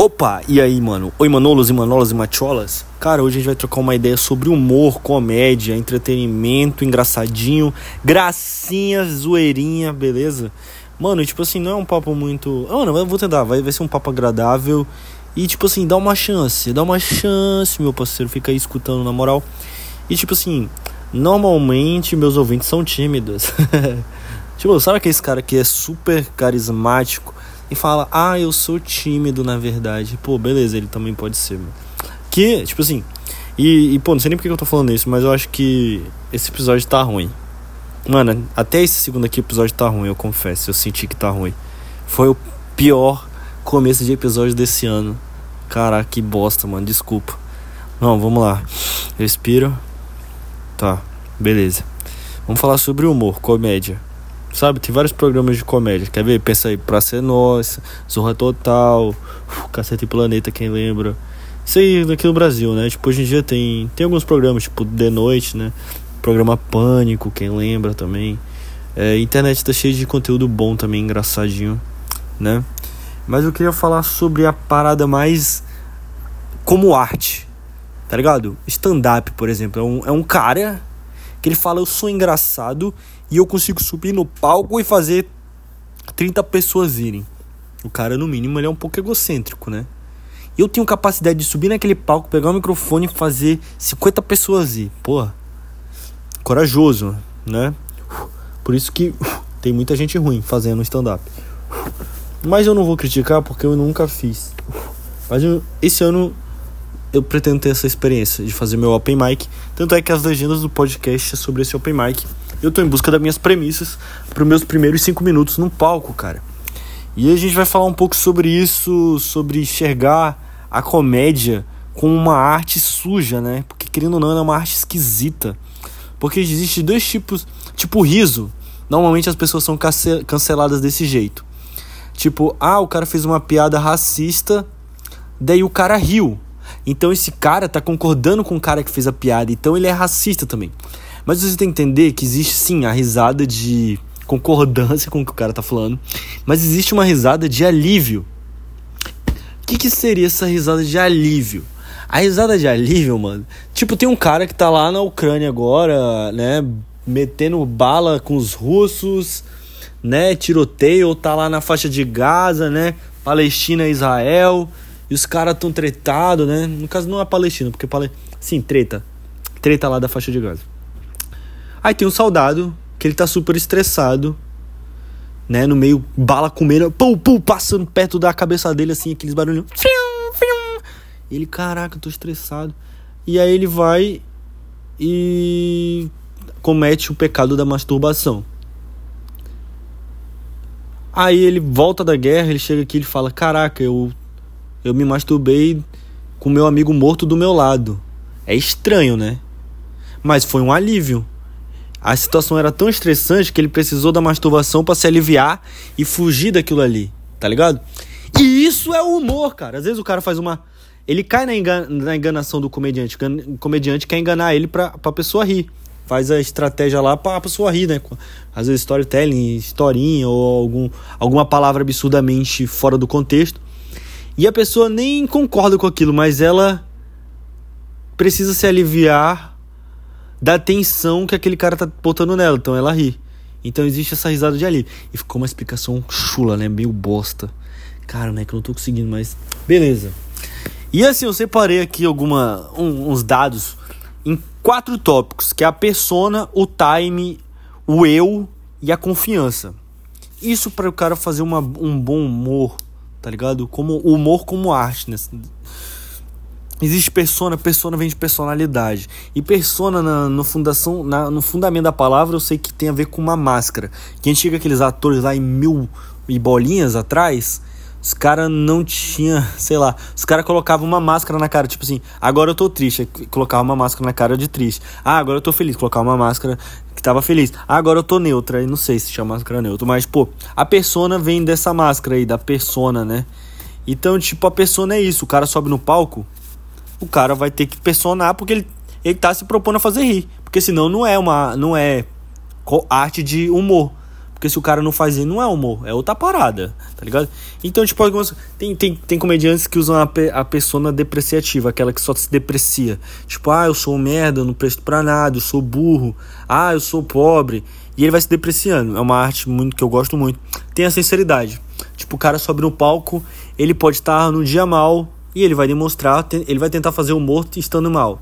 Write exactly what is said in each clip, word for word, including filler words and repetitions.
Opa, e aí, mano? Oi, manolos e manolas e macholas. Cara, hoje a gente vai trocar uma ideia sobre humor, comédia, entretenimento, engraçadinho, gracinha, zoeirinha, beleza? Mano, e, tipo assim, não é um papo muito... Ah, não, eu vou tentar, vai, vai ser um papo agradável. E, tipo assim, dá uma chance, dá uma chance, meu parceiro, fica aí escutando na moral. E, tipo assim, normalmente meus ouvintes são tímidos. Tipo, sabe aquele cara que é super carismático e fala, ah, eu sou tímido na verdade. Pô, beleza, ele também pode ser, mano. Que, tipo assim, e, e pô, não sei nem porque eu tô falando isso, mas eu acho que esse episódio tá ruim. Mano, até esse segundo aqui episódio tá ruim, eu confesso, eu senti que tá ruim. Foi o pior começo de episódio desse ano. Caraca, que bosta, mano, desculpa. Não, vamos lá, respiro. Tá, beleza. Vamos falar sobre humor, comédia. Sabe, tem vários programas de comédia. Quer ver? Pensa aí, Praça é Nossa, Zorra Total, uh, Cacete e Planeta, quem lembra. Isso aí daqui no Brasil, né? Tipo, hoje em dia tem, tem alguns programas, tipo, de noite, né? Programa Pânico, quem lembra também. É, a internet tá cheia de conteúdo bom também, engraçadinho, né? Mas eu queria falar sobre a parada mais como arte, tá ligado? Stand-up, por exemplo, é um, é um cara que ele fala, eu sou engraçado e eu consigo subir no palco e fazer trinta pessoas irem. O cara, no mínimo, ele é um pouco egocêntrico, né? Eu tenho capacidade de subir naquele palco, pegar o microfone e fazer cinquenta pessoas ir. Porra, corajoso, né? Por isso que tem muita gente ruim fazendo stand-up. Mas eu não vou criticar porque eu nunca fiz. Mas eu, esse ano eu pretendo ter essa experiência de fazer meu open mic. Tanto é que as legendas do podcast é sobre esse open mic. Eu tô em busca das minhas premissas para os meus primeiros cinco minutos no palco, cara. E a gente vai falar um pouco sobre isso, sobre enxergar a comédia como uma arte suja, né? Porque, querendo ou não, é uma arte esquisita. Porque existem dois tipos... Tipo, riso. Normalmente as pessoas são cance- canceladas desse jeito. Tipo, ah, o cara fez uma piada racista, daí o cara riu. Então esse cara tá concordando com o cara que fez a piada, então ele é racista também. Mas você tem que entender que existe sim a risada de concordância com o que o cara tá falando, mas existe uma risada de alívio. O que que seria essa risada de alívio? A risada de alívio, mano, tipo, tem um cara que tá lá na Ucrânia agora, né, metendo bala com os russos, né, tiroteio, ou tá lá na faixa de Gaza, né, Palestina e Israel, e os caras tão tretados, né, no caso não é Palestina, porque, pale... sim, treta, treta lá da faixa de Gaza. Aí tem um soldado, que ele tá super estressado, né, no meio, bala comendo, pum, pum, passando perto da cabeça dele, assim, aqueles barulhos, ele, caraca, eu tô estressado, e aí ele vai e comete o pecado da masturbação. Aí ele volta da guerra, ele chega aqui e ele fala, caraca, eu, eu me masturbei com meu amigo morto do meu lado. É estranho, né? Mas foi um alívio. A situação era tão estressante que ele precisou da masturbação pra se aliviar e fugir daquilo ali, tá ligado? E isso é o humor, cara. Às vezes o cara faz uma... Ele cai na, engan... na enganação do comediante. O comediante quer enganar ele pra, pra pessoa rir. Faz a estratégia lá pra pessoa rir, né? Às vezes storytelling, historinha ou algum, alguma palavra absurdamente fora do contexto. E a pessoa nem concorda com aquilo, mas ela precisa se aliviar da tensão que aquele cara tá botando nela. Então ela ri. Então existe essa risada de alívio. E ficou uma explicação chula, né? Meio bosta. Cara, né? Que eu não tô conseguindo, mas... Beleza. E assim, eu separei aqui alguma, um, uns dados em quatro tópicos, que é a persona, o time, o eu e a confiança. Isso para o cara fazer uma, um bom humor, tá ligado? Como humor como arte, né? Existe persona, persona vem de personalidade. E persona na, no, fundação, na, no fundamento da palavra eu sei que tem a ver com uma máscara. Que antiga aqueles atores lá em mil e bolinhas atrás... Os caras não tinham, sei lá, os caras colocavam uma máscara na cara, tipo assim, agora eu tô triste, colocava uma máscara na cara de triste. Ah, agora eu tô feliz, colocava uma máscara que tava feliz. Ah, agora eu tô neutra, e não sei se chama máscara neutra, mas, pô, a persona vem dessa máscara aí, da persona, né? Então, tipo, a persona é isso, o cara sobe no palco, o cara vai ter que personar porque ele, ele tá se propondo a fazer rir, porque senão não é uma, não é arte de humor. Porque se o cara não faz isso, não é humor, é outra parada, tá ligado? Então, tipo, algumas, tem, tem, tem comediantes que usam a, pe, a persona depreciativa, aquela que só se deprecia. Tipo, ah, eu sou um merda, eu não presto pra nada, eu sou burro, ah, eu sou pobre. E ele vai se depreciando. É uma arte muito que eu gosto muito. Tem a sinceridade. Tipo, o cara sobe no palco, ele pode estar no dia mal e ele vai demonstrar, ele vai tentar fazer humor estando mal.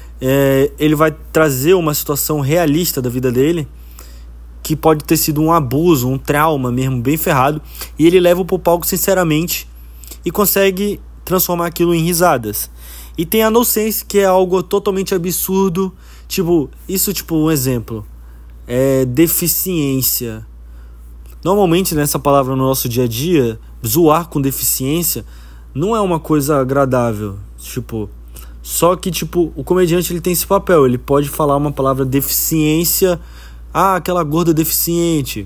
É, ele vai trazer uma situação realista da vida dele, que pode ter sido um abuso, um trauma mesmo, bem ferrado, e ele leva pro palco sinceramente e consegue transformar aquilo em risadas. E tem a nonsense, que é algo totalmente absurdo, tipo, isso tipo um exemplo, é deficiência. Normalmente nessa palavra no nosso dia a dia, zoar com deficiência não é uma coisa agradável, tipo, só que tipo, o comediante ele tem esse papel, ele pode falar uma palavra deficiência. Ah, aquela gorda deficiente.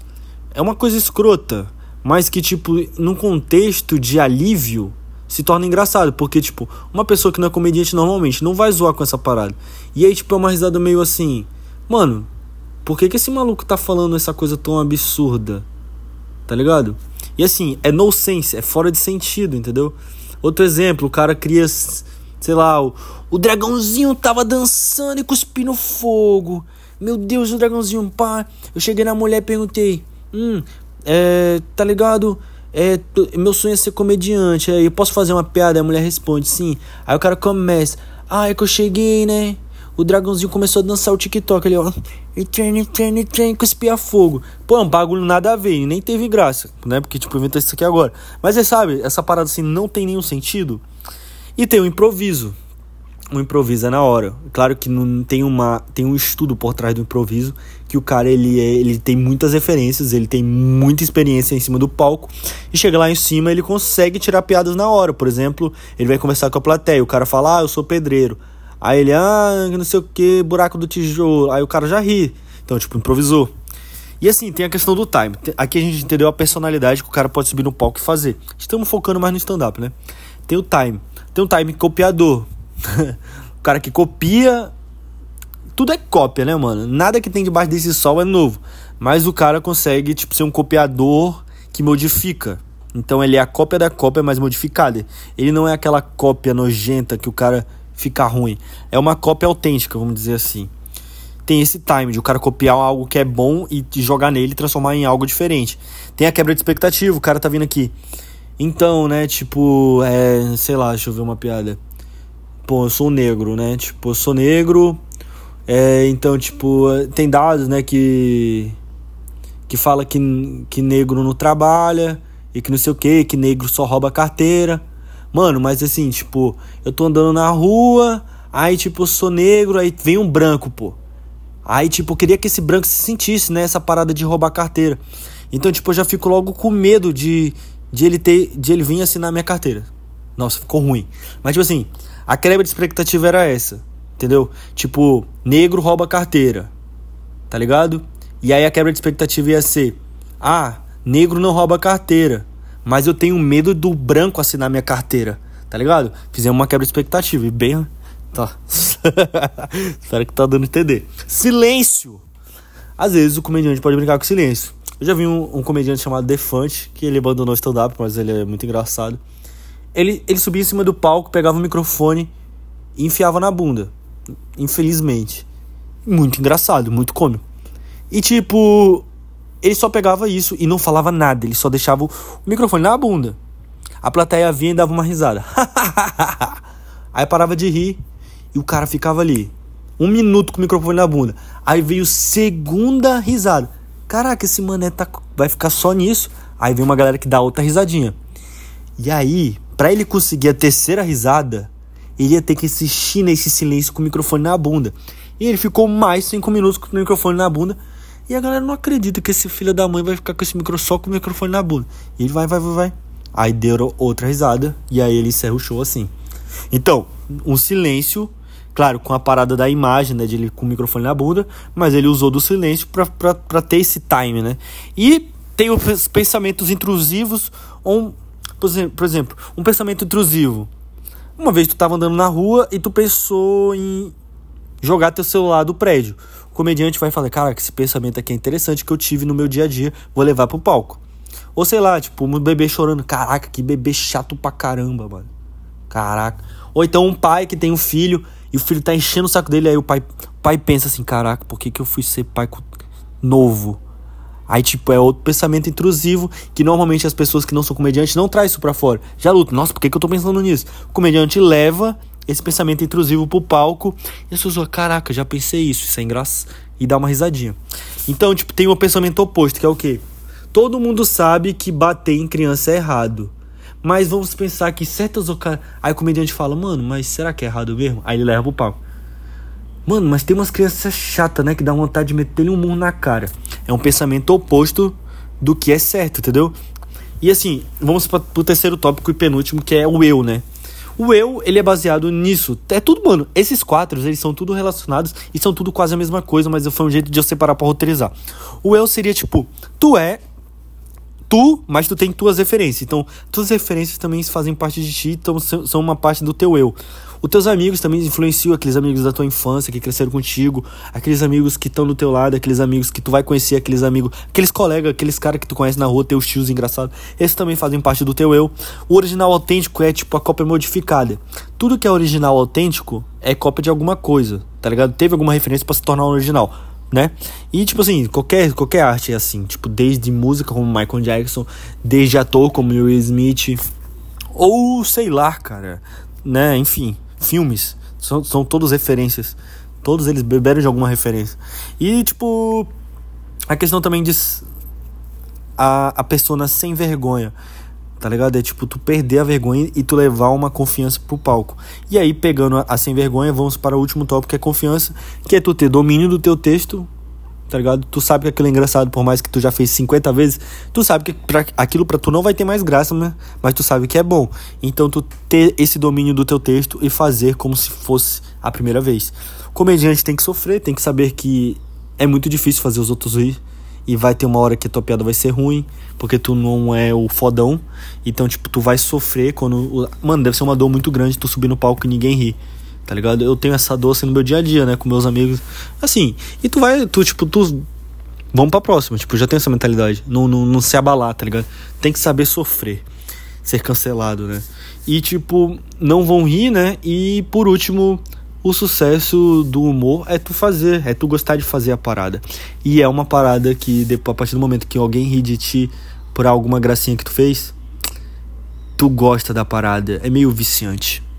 É uma coisa escrota, mas que, tipo, num contexto de alívio, se torna engraçado. Porque, tipo, uma pessoa que não é comediante normalmente não vai zoar com essa parada. E aí, tipo, é uma risada meio assim... Mano, por que que esse maluco tá falando essa coisa tão absurda? Tá ligado? E assim, é no sense, é fora de sentido, entendeu? Outro exemplo, o cara cria... Sei lá, o, o dragãozinho tava dançando e cuspindo fogo... Meu Deus, o dragãozinho, pá. Eu cheguei na mulher e perguntei, Hum, é, tá ligado? É, meu sonho é ser comediante. Aí eu posso fazer uma piada? Aí a mulher responde, sim. Aí o cara começa, ah, é que eu cheguei, né? O dragãozinho começou a dançar o TikTok ali, ó. E treine, treine, treine, cuspia fogo. Pô, é um bagulho nada a ver, nem teve graça, né? Porque, tipo, eu inventei isso aqui agora. Mas você sabe, essa parada assim não tem nenhum sentido. E tem o improviso. O improviso é na hora. Claro que não tem, uma, tem um estudo por trás do improviso, que o cara ele, é, ele tem muitas referências, ele tem muita experiência em cima do palco, e chega lá em cima ele consegue tirar piadas na hora. Por exemplo, ele vai conversar com a plateia, o cara fala, ah, eu sou pedreiro. Aí ele, ah, não sei o que, buraco do tijolo. Aí o cara já ri. Então, tipo, improvisou. E assim, tem a questão do time. Aqui a gente entendeu a personalidade que o cara pode subir no palco e fazer. Estamos focando mais no stand-up, né? Tem o time. Tem o time copiador. O cara que copia. Tudo é cópia, né, mano? Nada que tem debaixo desse sol é novo. Mas o cara consegue, tipo, ser um copiador que modifica. Então ele é a cópia da cópia, mas modificada. Ele não é aquela cópia nojenta que o cara fica ruim. É uma cópia autêntica, vamos dizer assim. Tem esse time de o cara copiar algo que é bom e jogar nele e transformar em algo diferente. Tem a quebra de expectativa, o cara tá vindo aqui. Então, né, tipo, é, sei lá, deixa eu ver uma piada. Pô, eu sou um negro, né? Tipo, eu sou negro. É, então, tipo, tem dados, né, que que fala que, que negro não trabalha e que não sei o que, que negro só rouba carteira. Mano, mas assim, tipo, eu tô andando na rua, aí, tipo, eu sou negro, aí vem um branco, pô. Aí, tipo, eu queria que esse branco se sentisse, né, essa parada de roubar carteira. Então, tipo, eu já fico logo com medo de, de, ele, ter, de ele vir assinar minha carteira. Nossa, ficou ruim. Mas, tipo assim, a quebra de expectativa era essa, entendeu? Tipo, negro rouba carteira, tá ligado? E aí a quebra de expectativa ia ser, ah, negro não rouba carteira, mas eu tenho medo do branco assinar minha carteira, tá ligado? Fizemos uma quebra de expectativa e bem... Tá. Espero que tá dando a entender. Silêncio. Às vezes o comediante pode brincar com silêncio. Eu já vi um, um comediante chamado Defante, que ele abandonou o stand-up, mas ele é muito engraçado. Ele, ele subia em cima do palco, pegava o microfone e enfiava na bunda. Infelizmente. Muito engraçado, muito cômico. E tipo, ele só pegava isso e não falava nada. Ele só deixava o microfone na bunda. A plateia vinha e dava uma risada. Aí parava de rir e o cara ficava ali um minuto com o microfone na bunda. Aí veio segunda risada. Caraca, esse mané tá, vai ficar só nisso. Aí vem uma galera que dá outra risadinha. E aí, pra ele conseguir a terceira risada, ele ia ter que insistir nesse silêncio com o microfone na bunda. E ele ficou mais cinco minutos com o microfone na bunda. E a galera não acredita que esse filho da mãe vai ficar com esse micro, só com o microfone na bunda. E ele vai, vai, vai, vai. Aí deu outra risada. E aí ele encerra o show assim. Então, um silêncio, claro, com a parada da imagem, né, de ele com o microfone na bunda, mas ele usou do silêncio pra, pra, pra ter esse time, né? E tem os pensamentos intrusivos, um, por exemplo, um pensamento intrusivo. Uma vez tu tava andando na rua e tu pensou em jogar teu celular do prédio. comediante vai falar, cara, esse pensamento aqui é interessante que eu tive no meu dia a dia, vou levar pro palco. Ou sei lá, tipo, um bebê chorando, caraca, que bebê chato pra caramba, mano. Caraca. Ou então um pai que tem um filho e o filho tá enchendo o saco dele, aí o pai, o pai pensa assim, caraca, por que que eu fui ser pai novo? Aí, tipo, é outro pensamento intrusivo que normalmente as pessoas que não são comediantes não trazem isso pra fora. Já luto, nossa, por que que eu tô pensando nisso? O comediante leva esse pensamento intrusivo pro palco e as pessoas, caraca, já pensei isso, isso é engraçado, e dá uma risadinha. Então, tipo, tem um pensamento oposto, que é o quê? Todo mundo sabe que bater em criança é errado, mas vamos pensar que certas ocasiões... Aí o comediante fala, mano, mas será que é errado mesmo? Aí ele leva pro palco. Mano, mas tem umas crianças chatas, né, que dá vontade de meter-lhe um murro na cara. É um pensamento oposto do que é certo, entendeu? E assim, vamos pra, pro terceiro tópico e penúltimo, que é o eu, né? O eu, ele é baseado nisso. É tudo, mano, esses quatro, eles são tudo relacionados e são tudo quase a mesma coisa, mas foi um jeito de eu separar pra roteirizar. O eu seria tipo, tu é tu, mas tu tem tuas referências. Então, tuas referências também fazem parte de ti, então são uma parte do teu eu. Os teus amigos também influenciam, aqueles amigos da tua infância que cresceram contigo, aqueles amigos que estão do teu lado, aqueles amigos que tu vai conhecer, aqueles amigos, aqueles colegas, aqueles caras que tu conhece na rua, teus tios engraçados, esses também fazem parte do teu eu. O original autêntico é tipo a cópia modificada. Tudo que é original autêntico é cópia de alguma coisa, tá ligado? Teve alguma referência pra se tornar um original, né? E tipo assim, qualquer, qualquer arte é assim, tipo, desde música como Michael Jackson, desde ator como Will Smith, ou sei lá, cara, né? Enfim, filmes, são, são todos referências, todos eles beberam de alguma referência. E tipo, a questão também de a, a persona sem vergonha, tá ligado? É tipo, tu perder a vergonha e tu levar uma confiança pro palco. E aí, pegando a, a sem vergonha, vamos para o último tópico, que é confiança, que é tu ter domínio do teu texto, tá ligado? Tu sabe que aquilo é engraçado, por mais que tu já fez cinquenta vezes, tu sabe que pra, aquilo pra tu não vai ter mais graça, né? Mas tu sabe que é bom. Então, tu ter esse domínio do teu texto e fazer como se fosse a primeira vez. O comediante tem que sofrer, tem que saber que é muito difícil fazer os outros rir. E vai ter uma hora que a tua piada vai ser ruim, porque tu não é o fodão. Então, tipo, tu vai sofrer quando... Mano, deve ser uma dor muito grande tu subir no palco e ninguém ri, tá ligado? Eu tenho essa dor assim no meu dia a dia, né, com meus amigos. Assim, e tu vai, tu, tipo, tu... Vamos pra próxima, tipo, já tem essa mentalidade. Não, não, não se abalar, tá ligado? Tem que saber sofrer, ser cancelado, né? E, tipo, não vão rir, né? E, por último... O sucesso do humor é tu fazer, é tu gostar de fazer a parada. E é uma parada que, depois, a partir do momento que alguém ri de ti por alguma gracinha que tu fez, tu gosta da parada. É meio viciante.